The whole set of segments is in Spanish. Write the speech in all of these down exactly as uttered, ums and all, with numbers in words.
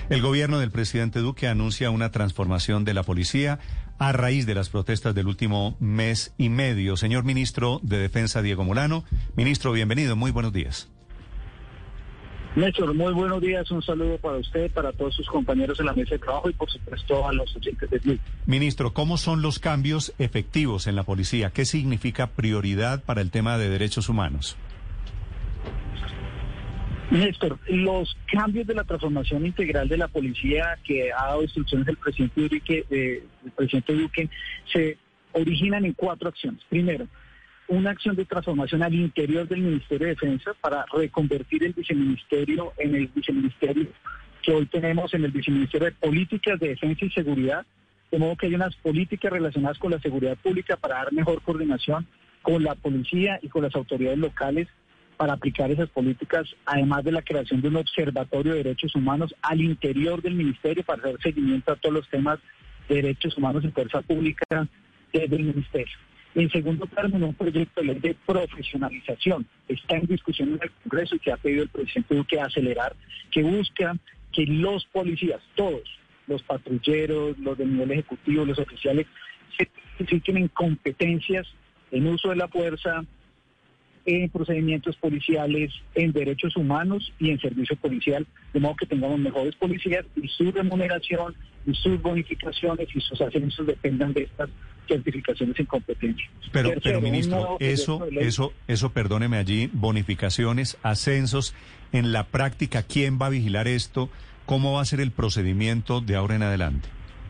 El gobierno del presidente Duque anuncia una transformación de la policía a raíz de las protestas del último mes y medio. Señor ministro de Defensa, Diego Molano. Ministro, bienvenido, muy buenos días. Néstor, muy buenos días, un saludo para usted, para todos sus compañeros en la mesa de trabajo y por supuesto a los oyentes de Blue. Ministro, ¿cómo son los cambios efectivos en la policía? ¿Qué significa prioridad para el tema de derechos humanos? Néstor, los cambios de la transformación integral de la policía que ha dado instrucciones el presidente Duque, eh, el presidente Duque se originan en cuatro acciones. Primero, una acción de transformación al interior del Ministerio de Defensa para reconvertir el viceministerio en el viceministerio que hoy tenemos en el viceministerio de Políticas de Defensa y Seguridad, de modo que hay unas políticas relacionadas con la seguridad pública para dar mejor coordinación con la policía y con las autoridades locales para aplicar esas políticas, además de la creación de un observatorio de derechos humanos al interior del ministerio para hacer seguimiento a todos los temas de derechos humanos y fuerza pública desde el ministerio. En segundo término, un proyecto de ley de profesionalización está en discusión en el Congreso y que ha pedido el presidente Duque acelerar, que busca que los policías, todos, los patrulleros, los del nivel ejecutivo, los oficiales, se certifiquen en competencias, en uso de la fuerza, en procedimientos policiales, en derechos humanos y en servicio policial, de modo que tengamos mejores policías y su remuneración y sus bonificaciones y sus ascensos dependan de estas certificaciones en competencia. Pero, Tercero, pero ministro, eso, eso, eso, perdóneme allí, bonificaciones, ascensos, en la práctica, ¿quién va a vigilar esto? ¿Cómo va a ser el procedimiento de ahora en adelante?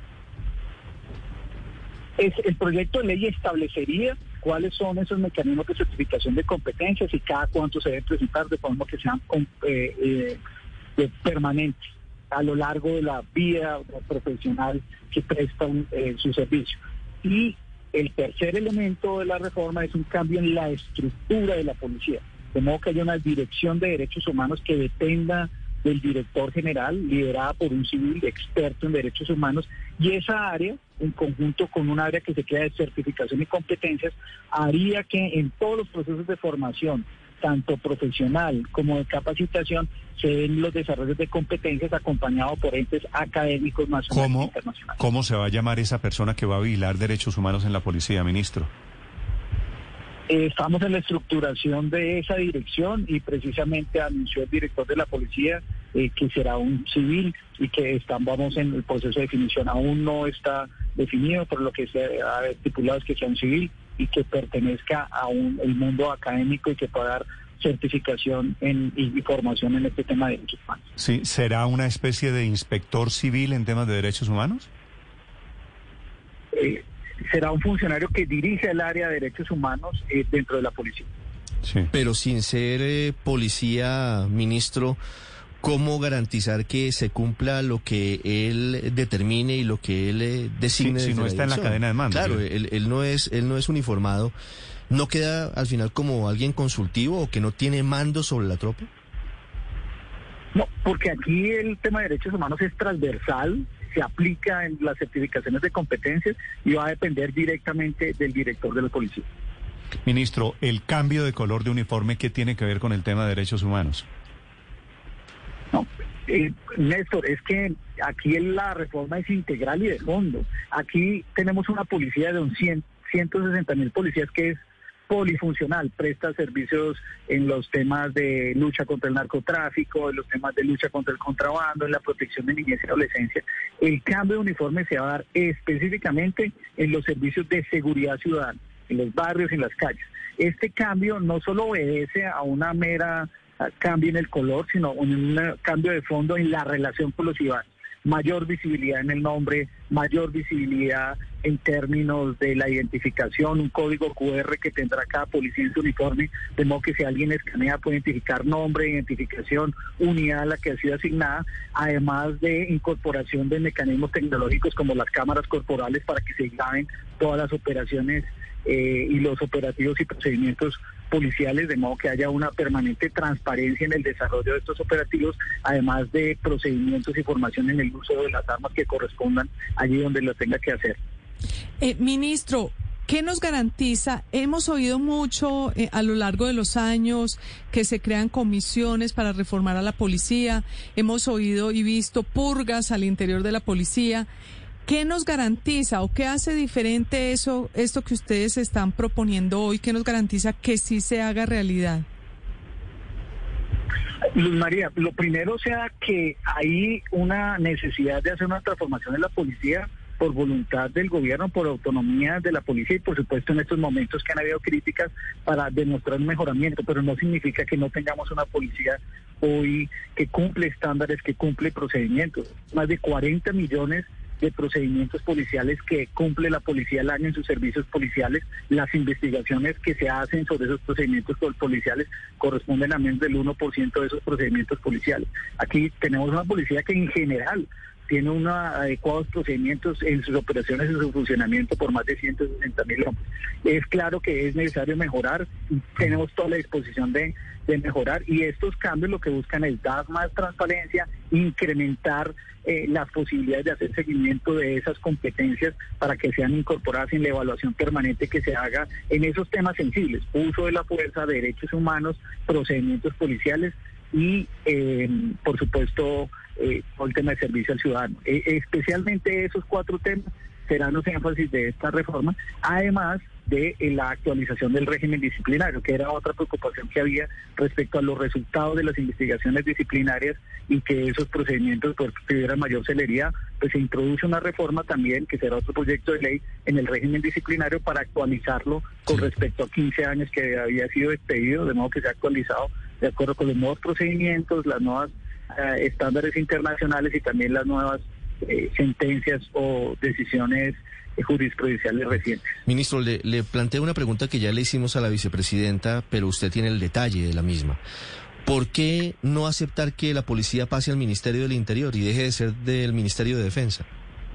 Es, el proyecto de ley establecería cuáles son esos mecanismos de certificación de competencias y cada cuánto se debe presentar de forma que sean eh, eh, permanentes a lo largo de la vida profesional que prestan eh, su servicio. Y el tercer elemento de la reforma es un cambio en la estructura de la policía, de modo que haya una dirección de derechos humanos que dependa del director general, liderada por un civil experto en derechos humanos, y esa área, en conjunto con un área que se crea de certificación y competencias, haría que en todos los procesos de formación, tanto profesional como de capacitación, se den los desarrollos de competencias acompañados por entes académicos nacionales ¿Cómo, e internacionales. ¿Cómo se va a llamar esa persona que va a vigilar derechos humanos en la policía, ministro? Eh, estamos en la estructuración de esa dirección y precisamente anunció el director de la policía eh, que será un civil y que estamos en el proceso de definición. Aún no está definido, pero lo que se ha estipulado es que sea un civil y que pertenezca a un el mundo académico y que pueda dar certificación en, y, y formación en este tema de derechos humanos. Sí, ¿será una especie de inspector civil en temas de derechos humanos? Eh, será un funcionario que dirige el área de derechos humanos eh, dentro de la policía. Sí. Pero sin ser eh, policía, ministro, ¿cómo garantizar que se cumpla lo que él determine y lo que él eh, designe? Sí, si no está en la cadena de mando. Claro, ¿sí? él, él no es, él no es uniformado. ¿No queda al final como alguien consultivo o que no tiene mando sobre la tropa? No, porque aquí el tema de derechos humanos es transversal, se aplica en las certificaciones de competencias y va a depender directamente del director de la policía. Ministro, el cambio de color de uniforme, ¿qué tiene que ver con el tema de derechos humanos? No, eh, Néstor, es que aquí la reforma es integral y de fondo. Aquí tenemos una policía de un cien, ciento sesenta mil policías que es polifuncional, presta servicios en los temas de lucha contra el narcotráfico, en los temas de lucha contra el contrabando, en la protección de niñez y adolescencia. El cambio de uniforme se va a dar específicamente en los servicios de seguridad ciudadana, en los barrios y en las calles. Este cambio no solo obedece a una mera a cambio en el color, sino un cambio de fondo en la relación con los ciudadanos. Mayor visibilidad en el nombre, mayor visibilidad en términos de la identificación, un código cu erre que tendrá cada policía en su uniforme, de modo que si alguien escanea puede identificar nombre, identificación, unidad a la que ha sido asignada, además de incorporación de mecanismos tecnológicos como las cámaras corporales para que se graben todas las operaciones eh, y los operativos y procedimientos policiales, de modo que haya una permanente transparencia en el desarrollo de estos operativos, además de procedimientos y formación en el uso de las armas que correspondan allí donde lo tenga que hacer. Eh, ministro, ¿Qué nos garantiza? Hemos oído mucho eh, a lo largo de los años que se crean comisiones para reformar a la policía. Hemos oído y visto purgas al interior de la policía. ¿Qué nos garantiza o qué hace diferente eso, esto que ustedes están proponiendo hoy? ¿Qué nos garantiza que sí se haga realidad? Luz María, lo primero sea que hay una necesidad de hacer una transformación en la policía por voluntad del gobierno, por autonomía de la policía y por supuesto en estos momentos que han habido críticas para demostrar un mejoramiento, pero no significa que no tengamos una policía hoy que cumple estándares, que cumple procedimientos. Más de cuarenta millones de procedimientos policiales que cumple la policía al año en sus servicios policiales. Las investigaciones que se hacen sobre esos procedimientos policiales corresponden a menos del uno por ciento de esos procedimientos policiales. Aquí tenemos una policía que en general tiene unos adecuados procedimientos en sus operaciones y su funcionamiento por más de ciento sesenta mil hombres. Es claro que es necesario mejorar, tenemos toda la disposición de, de mejorar y estos cambios lo que buscan es dar más transparencia, incrementar eh, las posibilidades de hacer seguimiento de esas competencias para que sean incorporadas en la evaluación permanente que se haga en esos temas sensibles, uso de la fuerza, derechos humanos, procedimientos policiales y eh, por supuesto eh, por el tema de servicio al ciudadano. Eh, especialmente esos cuatro temas serán los énfasis de esta reforma, además de eh, la actualización del régimen disciplinario, que era otra preocupación que había respecto a los resultados de las investigaciones disciplinarias y que esos procedimientos pues, tuvieran mayor celeridad. Pues se introduce una reforma también, que será otro proyecto de ley, en el régimen disciplinario para actualizarlo con sí. respecto a quince años que había sido despedido, de modo que se ha actualizado de acuerdo con los nuevos procedimientos, las nuevas eh, estándares internacionales y también las nuevas eh, sentencias o decisiones eh, jurisprudenciales recientes. Ministro, le, le planteo una pregunta que ya le hicimos a la vicepresidenta, pero usted tiene el detalle de la misma. ¿Por qué no aceptar que la policía pase al Ministerio del Interior y deje de ser del Ministerio de Defensa?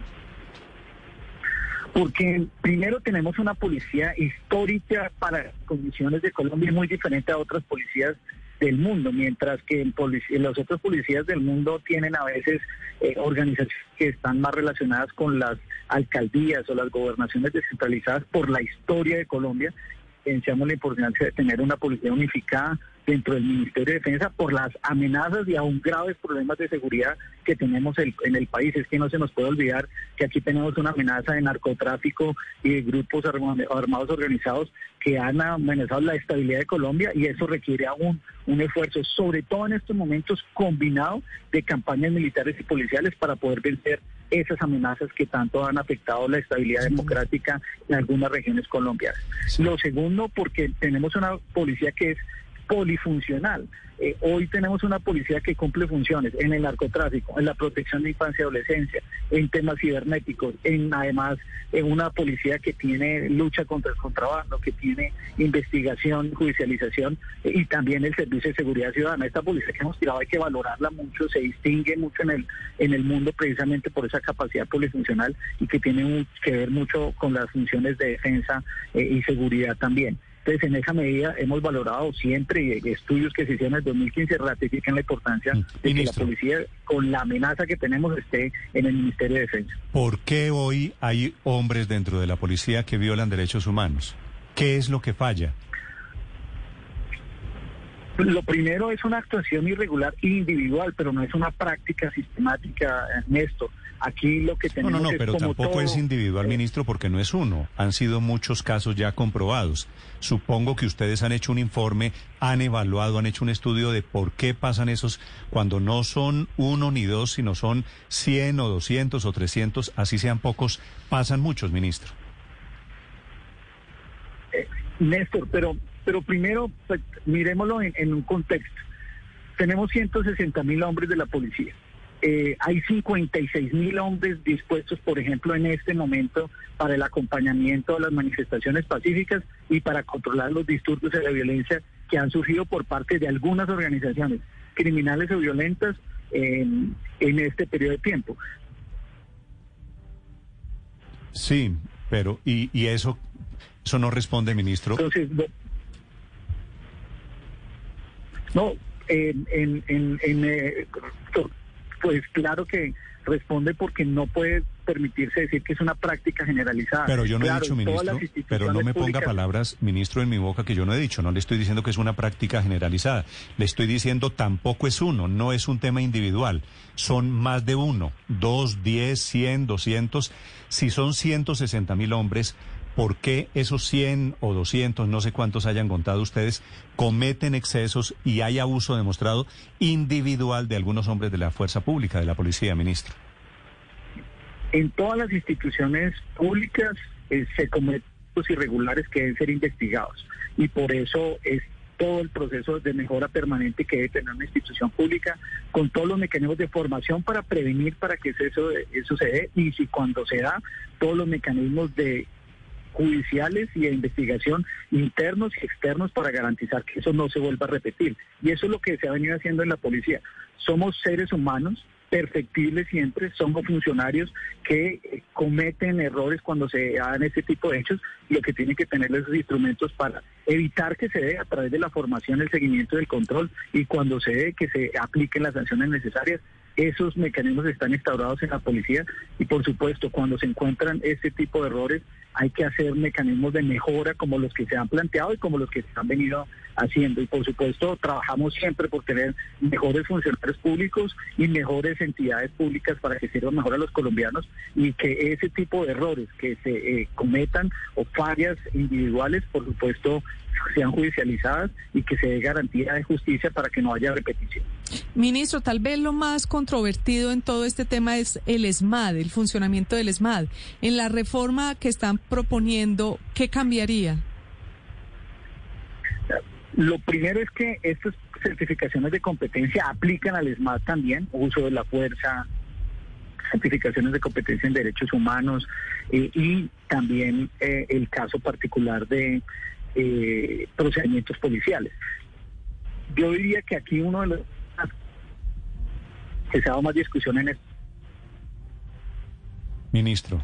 Porque primero tenemos una policía histórica para las condiciones de Colombia muy diferente a otras policías del mundo, mientras que en, en las otras policías del mundo tienen a veces eh, organizaciones que están más relacionadas con las alcaldías o las gobernaciones descentralizadas por la historia de Colombia. Pensamos la importancia de tener una policía unificada dentro del Ministerio de Defensa por las amenazas y aún graves problemas de seguridad que tenemos el, en el país. Es que no se nos puede olvidar que aquí tenemos una amenaza de narcotráfico y de grupos armados organizados que han amenazado la estabilidad de Colombia y eso requiere aún un esfuerzo, sobre todo en estos momentos combinado de campañas militares y policiales para poder vencer esas amenazas que tanto han afectado la estabilidad sí. democrática en algunas regiones colombianas. Sí. Lo segundo, porque tenemos una policía que es polifuncional. Eh, hoy tenemos una policía que cumple funciones en el narcotráfico, en la protección de infancia y adolescencia, en temas cibernéticos, en además en una policía que tiene lucha contra el contrabando, que tiene investigación, judicialización eh, y también el servicio de seguridad ciudadana. Esta policía que hemos tirado hay que valorarla mucho, se distingue mucho en el en el mundo precisamente por esa capacidad polifuncional y que tiene que ver mucho con las funciones de defensa eh, y seguridad también. Entonces, en esa medida hemos valorado siempre, y estudios que se hicieron en el dos mil quince ratifican la importancia mm, de ministro. que la policía, con la amenaza que tenemos, esté en el Ministerio de Defensa. ¿Por qué hoy hay hombres dentro de la policía que violan derechos humanos? ¿Qué es lo que falla? Lo primero es una actuación irregular e individual, pero no es una práctica sistemática, Néstor. Aquí lo que tenemos no, no, no, es pero como tampoco todo, es individual, eh, ministro, porque no es uno. Han sido muchos casos ya comprobados. Supongo que ustedes han hecho un informe, han evaluado, han hecho un estudio de por qué pasan esos cuando no son uno ni dos, sino son cien o doscientos o trescientos, así sean pocos, pasan muchos, ministro. Eh, Néstor, pero pero primero pues, miremoslo en, en un contexto. Tenemos ciento sesenta mil hombres de la policía. Eh, hay cincuenta y seis mil hombres dispuestos, por ejemplo, en este momento para el acompañamiento a las manifestaciones pacíficas y para controlar los disturbios de la violencia que han surgido por parte de algunas organizaciones criminales o violentas eh, en este periodo de tiempo. Sí, pero ¿y, y eso, eso no responde, ministro? Entonces, no, en... en, en, en eh, Pues claro que responde porque no puede permitirse decir que es una práctica generalizada. Pero yo no claro, he dicho, ministro, pero no me ponga públicas... palabras, ministro, en mi boca que yo no he dicho. No le estoy diciendo que es una práctica generalizada. Le estoy diciendo tampoco es uno, no es un tema individual. Son más de uno, dos, diez, cien, doscientos. Si son ciento sesenta mil hombres, ¿por qué esos cien o doscientos, no sé cuántos hayan contado ustedes, cometen excesos y hay abuso demostrado individual de algunos hombres de la fuerza pública, de la policía, ministro? En todas las instituciones públicas eh, se cometen actos irregulares que deben ser investigados y por eso es todo el proceso de mejora permanente que debe tener una institución pública con todos los mecanismos de formación para prevenir para que eso, eso se dé y si cuando se da todos los mecanismos de judiciales y de investigación internos y externos para garantizar que eso no se vuelva a repetir. Y eso es lo que se ha venido haciendo en la policía. Somos seres humanos, perfectibles siempre, somos funcionarios que cometen errores cuando se hagan este tipo de hechos y lo que tienen que tener esos instrumentos para evitar que se dé a través de la formación, el seguimiento del control y cuando se dé que se apliquen las sanciones necesarias. Esos mecanismos están instaurados en la policía y por supuesto cuando se encuentran este tipo de errores hay que hacer mecanismos de mejora como los que se han planteado y como los que se han venido haciendo y por supuesto trabajamos siempre por tener mejores funcionarios públicos y mejores entidades públicas para que sirvan mejor a los colombianos y que ese tipo de errores que se eh, cometan o fallas individuales por supuesto sean judicializadas y que se dé garantía de justicia para que no haya repetición. Ministro, tal vez lo más controvertido en todo este tema es el ESMAD, el funcionamiento del ESMAD. En la reforma que están proponiendo, ¿qué cambiaría? Lo primero es que estas certificaciones de competencia aplican al ESMAD también, uso de la fuerza, certificaciones de competencia en derechos humanos eh, y también eh, el caso particular de eh, procedimientos policiales. Yo diría que aquí uno de los que se ha dado más discusión en esto. Ministro.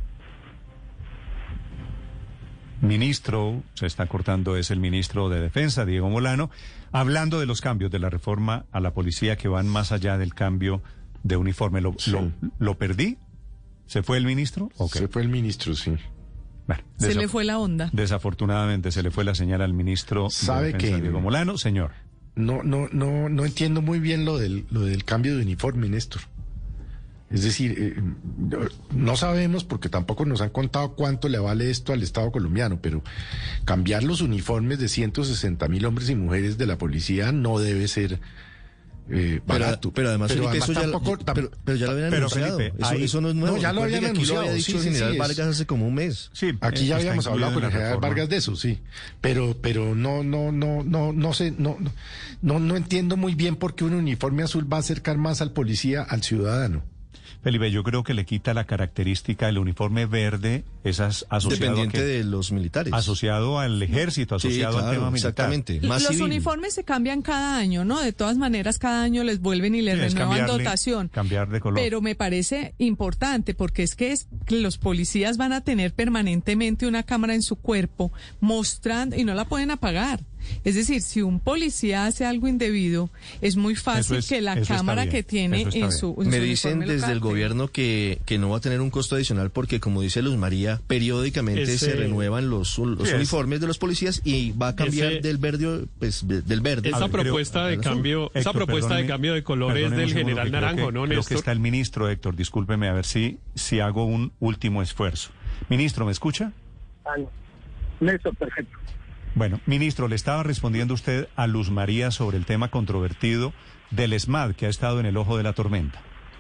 Ministro, se está cortando, es el ministro de Defensa, Diego Molano, hablando de los cambios de la reforma a la policía que van más allá del cambio de uniforme. ¿Lo, sí. lo, lo perdí? ¿Se fue el ministro? Okay. Se fue el ministro, sí. Bueno, se le fue la onda. Desafortunadamente se le fue la señal al ministro ¿Sabe de Defensa, que Diego Molano. Señor. No, no, no, no entiendo muy bien lo del, lo del cambio de uniforme, Néstor. Es decir, eh, no sabemos porque tampoco nos han contado cuánto le vale esto al Estado colombiano, pero cambiar los uniformes de ciento sesenta mil hombres y mujeres de la policía no debe ser eh, barato. Pero, pero además, pero Felipe, además eso tampoco, ya, pero, pero ya lo habían pero anunciado. Felipe, eso, ahí, eso no es nuevo. No, ya lo habían aquí anunciado. Lo había dicho sí, el sí, general sí, Vargas es, hace como un mes. Sí, aquí ya habíamos hablado con el general reforma. Vargas de eso, sí. Pero, pero no, no, no, no, no sé, no, no, no entiendo muy bien por qué un uniforme azul va a acercar más al policía al ciudadano. Felipe, yo creo que le quita la característica del uniforme verde, esas asociado dependiente a que, de los militares. Asociado al ejército, asociado sí, claro, al tema militar. Exactamente. Más los civil. uniformes se cambian cada año, ¿no? De todas maneras, cada año les vuelven y les Sí, renuevan dotación. Cambiar de color. Pero me parece importante porque es que, es que los policías van a tener permanentemente una cámara en su cuerpo mostrando y no la pueden apagar. Es decir, si un policía hace algo indebido, es muy fácil es, que la cámara que tiene en su, en Me su dicen desde el gobierno que, que no va a tener un costo adicional porque, como dice Luz María, periódicamente ese, se renuevan los, los sí, uniformes de los policías y va a cambiar ese, del verde, pues del verde. Esa propuesta creo, de cambio, Héctor, esa propuesta de cambio de colores del general Naranjo, ¿no, Néstor? Creo que está el ministro, Héctor, discúlpeme a ver si, si hago un último esfuerzo. Ministro, ¿me escucha? Ah, Néstor, perfecto. Bueno, ministro, le estaba respondiendo usted a Luz María sobre el tema controvertido del ESMAD, que ha estado en el ojo de la tormenta.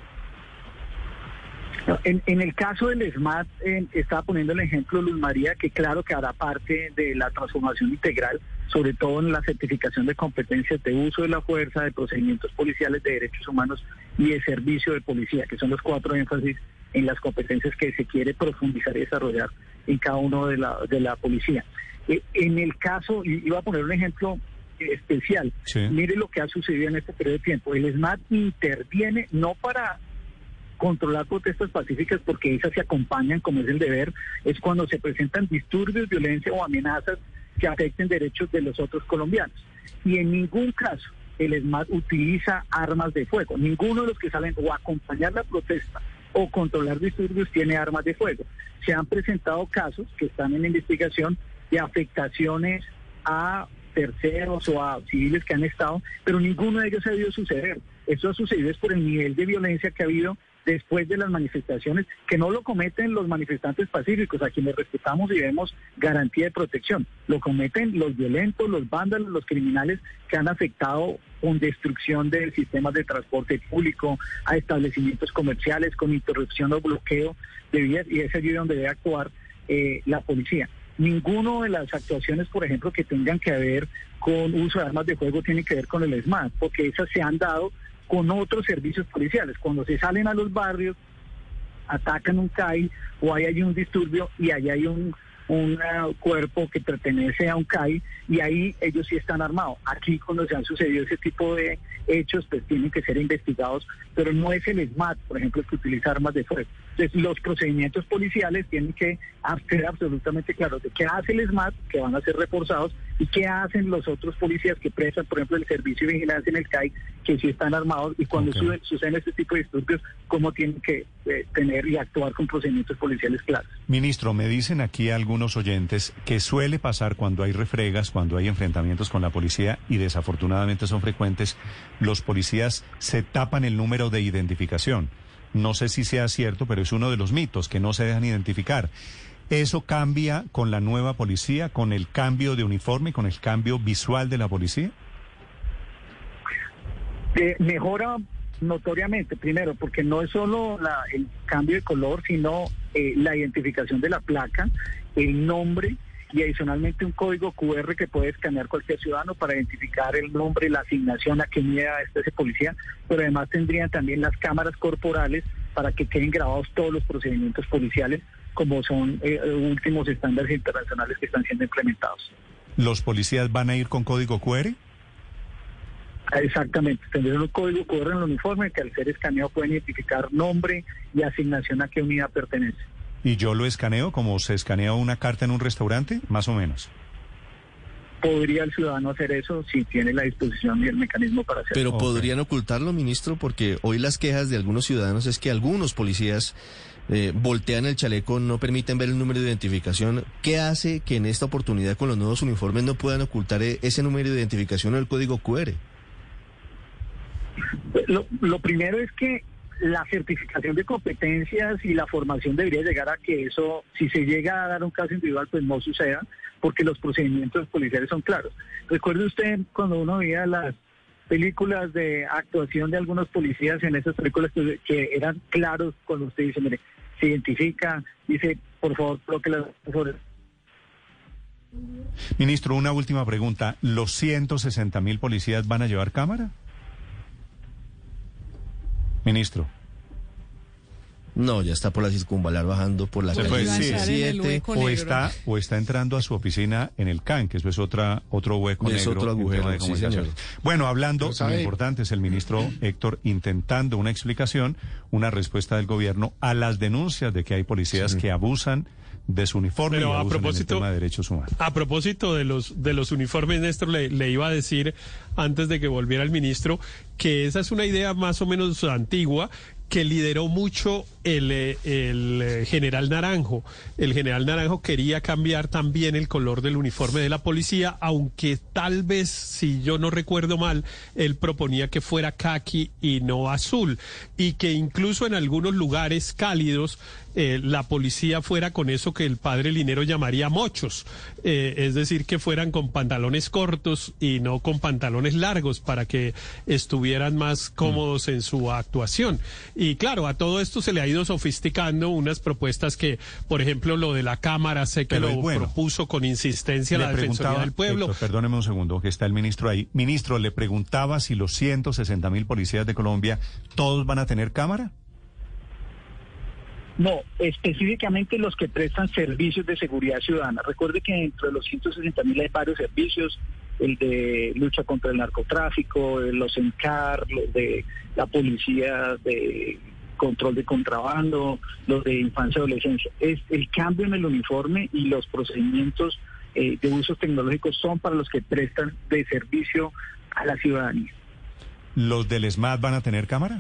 En, en el caso del ESMAD, eh, estaba poniendo el ejemplo Luz María, que claro que hará parte de la transformación integral, sobre todo en la certificación de competencias de uso de la fuerza, de procedimientos policiales, de derechos humanos y de servicio de policía, que son los cuatro énfasis en las competencias que se quiere profundizar y desarrollar en cada uno de la, de la policía. En el caso, iba a poner un ejemplo especial, sí. Mire lo que ha sucedido en este periodo de tiempo. El ESMAD interviene no para controlar protestas pacíficas, porque esas se acompañan, como es el deber, es cuando se presentan disturbios, violencia o amenazas que afecten derechos de los otros colombianos. Y en ningún caso el ESMAD utiliza armas de fuego. Ninguno de los que salen o a acompañar la protesta o controlar disturbios tiene armas de fuego. Se han presentado casos que están en investigación de afectaciones a terceros o a civiles que han estado, pero ninguno de ellos ha debido suceder. Esto ha sucedido es por el nivel de violencia que ha habido después de las manifestaciones, que no lo cometen los manifestantes pacíficos, a quienes respetamos y vemos garantía de protección. Lo cometen los violentos, los vándalos, los criminales que han afectado con destrucción de sistemas de transporte público, a establecimientos comerciales, con interrupción o bloqueo de vías, y es allí donde debe actuar eh, la policía. Ninguno de las actuaciones, por ejemplo, que tengan que ver con uso de armas de fuego tiene que ver con el ESMAD, porque esas se han dado con otros servicios policiales. Cuando se salen a los barrios, atacan un C A I o hay allí un disturbio y allá hay un, un uh, cuerpo que pertenece a un C A I y ahí ellos sí están armados. Aquí cuando se han sucedido ese tipo de hechos, pues tienen que ser investigados, pero no es el ESMAD, por ejemplo, el que utiliza armas de fuego. Entonces los procedimientos policiales tienen que ser absolutamente claros de qué hace el ESMAD, que van a ser reforzados, y qué hacen los otros policías que prestan, por ejemplo, el servicio de vigilancia en el C A I, que sí están armados, y cuando okay. suben, suceden este tipo de disturbios, cómo tienen que eh, tener y actuar con procedimientos policiales claros. Ministro, me dicen aquí algunos oyentes que suele pasar cuando hay refregas, cuando hay enfrentamientos con la policía, y desafortunadamente son frecuentes, los policías se tapan el número de identificación. No sé si sea cierto, pero es uno de los mitos, que no se dejan identificar. ¿Eso cambia con la nueva policía, con el cambio de uniforme, con el cambio visual de la policía? Eh, mejora notoriamente, primero, porque no es solo la, el cambio de color, sino eh, la identificación de la placa, el nombre y adicionalmente un código cu erre que puede escanear cualquier ciudadano para identificar el nombre, la asignación, a qué unidad está ese policía, pero además tendrían también las cámaras corporales para que queden grabados todos los procedimientos policiales, como son eh, últimos estándares internacionales que están siendo implementados. ¿Los policías van a ir con código cu erre? Exactamente, tendrán un código cu erre en el uniforme que al ser escaneado pueden identificar nombre y asignación a qué unidad pertenece. ¿Y yo lo escaneo como se escanea una carta en un restaurante, más o menos? ¿Podría el ciudadano hacer eso si tiene la disposición y el mecanismo para hacerlo? Pero Okay. ¿podrían ocultarlo, ministro? Porque hoy las quejas de algunos ciudadanos es que algunos policías eh, voltean el chaleco, no permiten ver el número de identificación. ¿Qué hace que en esta oportunidad con los nuevos uniformes no puedan ocultar ese número de identificación o el código cu erre? Lo, lo primero es que la certificación de competencias y la formación debería llegar a que eso, si se llega a dar un caso individual, pues no suceda, porque los procedimientos policiales son claros. Recuerde usted cuando uno veía las películas de actuación de algunos policías en esas películas que, que eran claros cuando usted dice, mire, se identifica, dice, por favor, coloque las sobre. Ministro, una última pregunta. ¿Los ciento sesenta mil policías van a llevar cámara? Ministro. No, ya está por la circunvalar bajando por la Se calle fue, sí. diecisiete. O está, o está entrando a su oficina en el C A N, que eso es otra, otro hueco Es negro. otro agujero, de sí, señor. Bueno, hablando, sabe, lo importante es el ministro Héctor intentando una explicación, una respuesta del gobierno a las denuncias de que hay policías sí. que abusan de su uniforme Pero y a abusan propósito, en el tema de derechos humanos. A propósito de los de los uniformes, Néstor, le, le iba a decir antes de que volviera el ministro que esa es una idea más o menos antigua que lideró mucho el, el general Naranjo. El general Naranjo quería cambiar también el color del uniforme de la policía, aunque tal vez, si yo no recuerdo mal, él proponía que fuera caqui y no azul, y que incluso en algunos lugares cálidos eh, la policía fuera con eso que el padre Linero llamaría mochos, eh, es decir, que fueran con pantalones cortos y no con pantalones largos para que estuvieran más cómodos mm. en su actuación. Y claro, a todo esto se le ha ido sofisticando unas propuestas que, por ejemplo, lo de la cámara, sé que Pero lo bueno, propuso con insistencia la Defensoría del Pueblo. Héctor, perdóneme un segundo, que está el ministro ahí. Ministro, le preguntaba si los ciento sesenta mil policías de Colombia, ¿todos van a tener cámara? No, específicamente los que prestan servicios de seguridad ciudadana. Recuerde que dentro de los ciento sesenta mil hay varios servicios, el de lucha contra el narcotráfico, los ENCAR, los de la policía de control de contrabando, los de infancia y adolescencia. Es el cambio en el uniforme y los procedimientos eh, de usos tecnológicos son para los que prestan de servicio a la ciudadanía. ¿Los del SMAT van a tener cámara?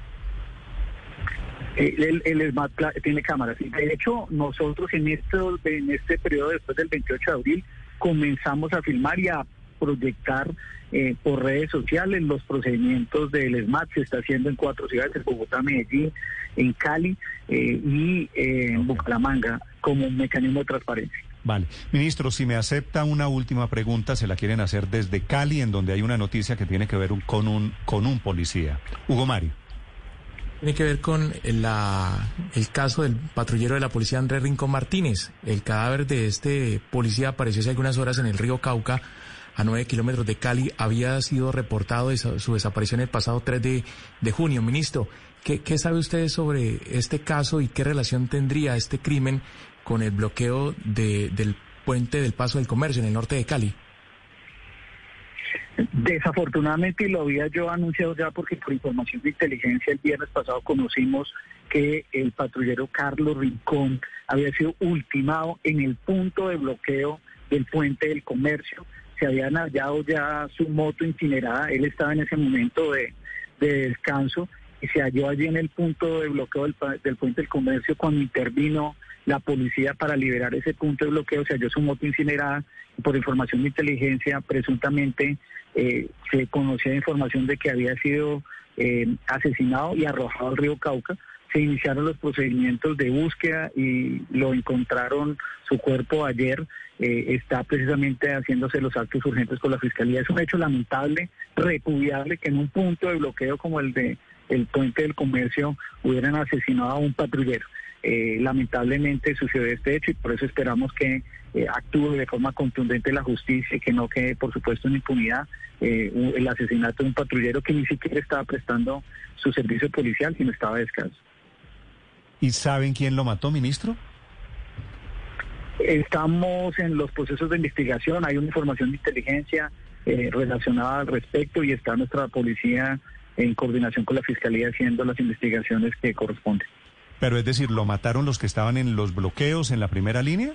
El, el, el SMAT tiene cámaras. De hecho, nosotros en este, en este periodo después del veintiocho de abril comenzamos a filmar y a proyectar eh, por redes sociales los procedimientos del SMAT. Se está haciendo en cuatro ciudades, en Bogotá, Medellín, en Cali eh, y eh, en Bucaramanga, como un mecanismo de transparencia. Vale. Ministro, si me acepta una última pregunta, se la quieren hacer desde Cali, en donde hay una noticia que tiene que ver un, con, un, con un policía. Hugo Mario. Tiene que ver con la, el caso del patrullero de la policía Andrés Rincón Martínez. El cadáver de este policía apareció hace algunas horas en el río Cauca, a nueve kilómetros de Cali. Había sido reportado de su desaparición el pasado tres de junio. Ministro, ¿qué, qué sabe usted sobre este caso y qué relación tendría este crimen con el bloqueo de, del puente del Paso del Comercio en el norte de Cali? Desafortunadamente, y lo había yo anunciado ya porque por información de inteligencia el viernes pasado conocimos que el patrullero Carlos Rincón había sido ultimado en el punto de bloqueo del puente del Comercio. Se habían hallado ya su moto incinerada, él estaba en ese momento de, de descanso y se halló allí en el punto de bloqueo del, del puente del Comercio. Cuando intervino la policía para liberar ese punto de bloqueo, se halló su moto incinerada y por información de inteligencia presuntamente eh, se conocía información de que había sido eh, asesinado y arrojado al río Cauca. Se iniciaron los procedimientos de búsqueda y lo encontraron su cuerpo ayer. Eh, está precisamente haciéndose los actos urgentes con la Fiscalía. Es un hecho lamentable, repudiable, que en un punto de bloqueo como el de el puente del Comercio hubieran asesinado a un patrullero. Eh, lamentablemente sucedió este hecho y por eso esperamos que eh, actúe de forma contundente la justicia y que no quede, por supuesto, en impunidad eh, un, el asesinato de un patrullero que ni siquiera estaba prestando su servicio policial, sino estaba de descanso. ¿Y saben quién lo mató, ministro? Estamos en los procesos de investigación, hay una información de inteligencia eh, relacionada al respecto y está nuestra policía en coordinación con la Fiscalía haciendo las investigaciones que corresponden. Pero es decir, ¿lo mataron los que estaban en los bloqueos en la primera línea?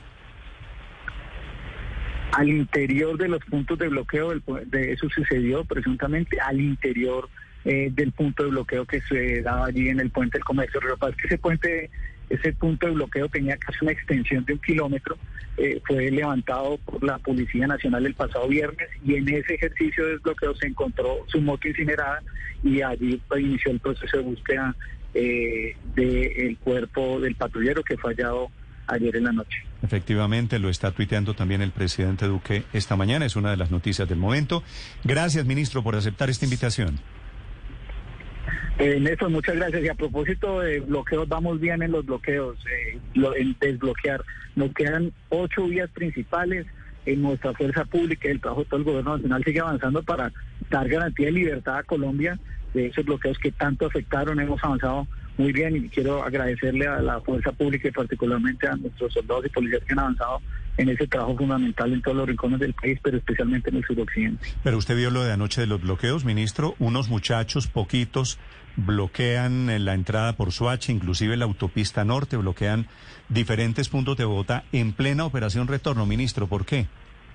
Al interior de los puntos de bloqueo, del, de eso sucedió presuntamente al interior eh, del punto de bloqueo que se daba allí en el puente del Comercio. Lo que pasa es que ese puente, ese punto de bloqueo tenía casi una extensión de un kilómetro, eh, fue levantado por la Policía Nacional el pasado viernes y en ese ejercicio de desbloqueo se encontró su moto incinerada y allí pues, inició el proceso de búsqueda eh, del cuerpo del patrullero que fue hallado ayer en la noche. Efectivamente, lo está tuiteando también el presidente Duque esta mañana, es una de las noticias del momento. Gracias, ministro, por aceptar esta invitación. Eh, Néstor, muchas gracias. Y a propósito de bloqueos, vamos bien en los bloqueos, eh, lo, en desbloquear. Nos quedan ocho vías principales. En nuestra fuerza pública, el trabajo de todo el gobierno nacional sigue avanzando para dar garantía de libertad a Colombia de esos bloqueos que tanto afectaron. Hemos avanzado muy bien y quiero agradecerle a la fuerza pública y particularmente a nuestros soldados y policías que han avanzado en ese trabajo fundamental en todos los rincones del país, pero especialmente en el suroccidente. Pero usted vio lo de anoche de los bloqueos, ministro. Unos muchachos, poquitos, bloquean la entrada por Soacha, inclusive la autopista norte, bloquean diferentes puntos de Bogotá en plena operación retorno. Ministro, ¿por qué?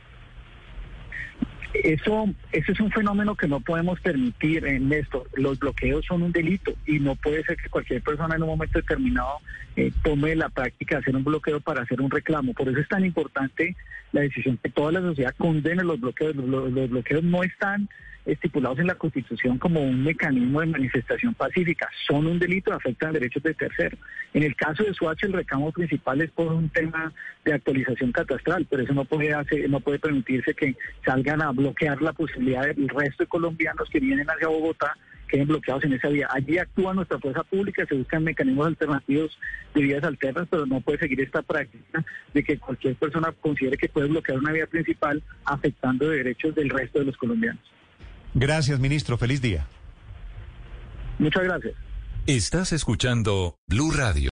Eso, eso es un fenómeno que no podemos permitir, eh, Néstor. Los bloqueos son un delito y no puede ser que cualquier persona en un momento determinado eh, tome la práctica de hacer un bloqueo para hacer un reclamo. Por eso es tan importante la decisión que toda la sociedad condene los bloqueos. Los, los bloqueos no están estipulados en la Constitución como un mecanismo de manifestación pacífica. Son un delito, afectan derechos de terceros. En el caso de Soacha, el reclamo principal es por un tema de actualización catastral, pero eso no puede hacer, no puede permitirse que salgan a bloquear la posibilidad del resto de colombianos que vienen hacia Bogotá queden bloqueados en esa vía. Allí actúa nuestra fuerza pública, se buscan mecanismos alternativos de vías alternas, pero no puede seguir esta práctica de que cualquier persona considere que puede bloquear una vía principal afectando derechos del resto de los colombianos. Gracias, ministro. Feliz día. Muchas gracias. Estás escuchando Blue Radio.